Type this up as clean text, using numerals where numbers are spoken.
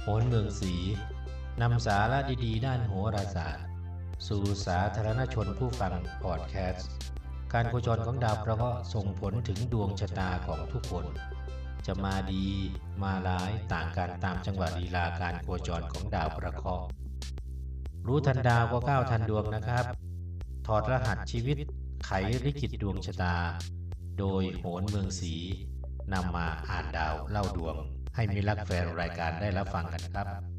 นเมืองศรีนำสาระดีๆด้านโหราศาสตร์สู่สาธารณชนผู้ฟังพอดแคสต์การโคจรของดาวพระเคราะห์ส่งผลถึงดวงชะตาของทุกคนจะมาดีมาร้ายต่างกันตามจังหวะลีลาการโคจรของดาวพระเคราะห์รู้ทันดาวก็ก้าวทันดวงนะครับถอดรหัสชีวิตไขลิขิตดวงชะตาโดยโหนเมืองศรีนำมาอ่านดาวเล่าดวงให้มิตรรักแฟนรายการได้รับฟังกันครับ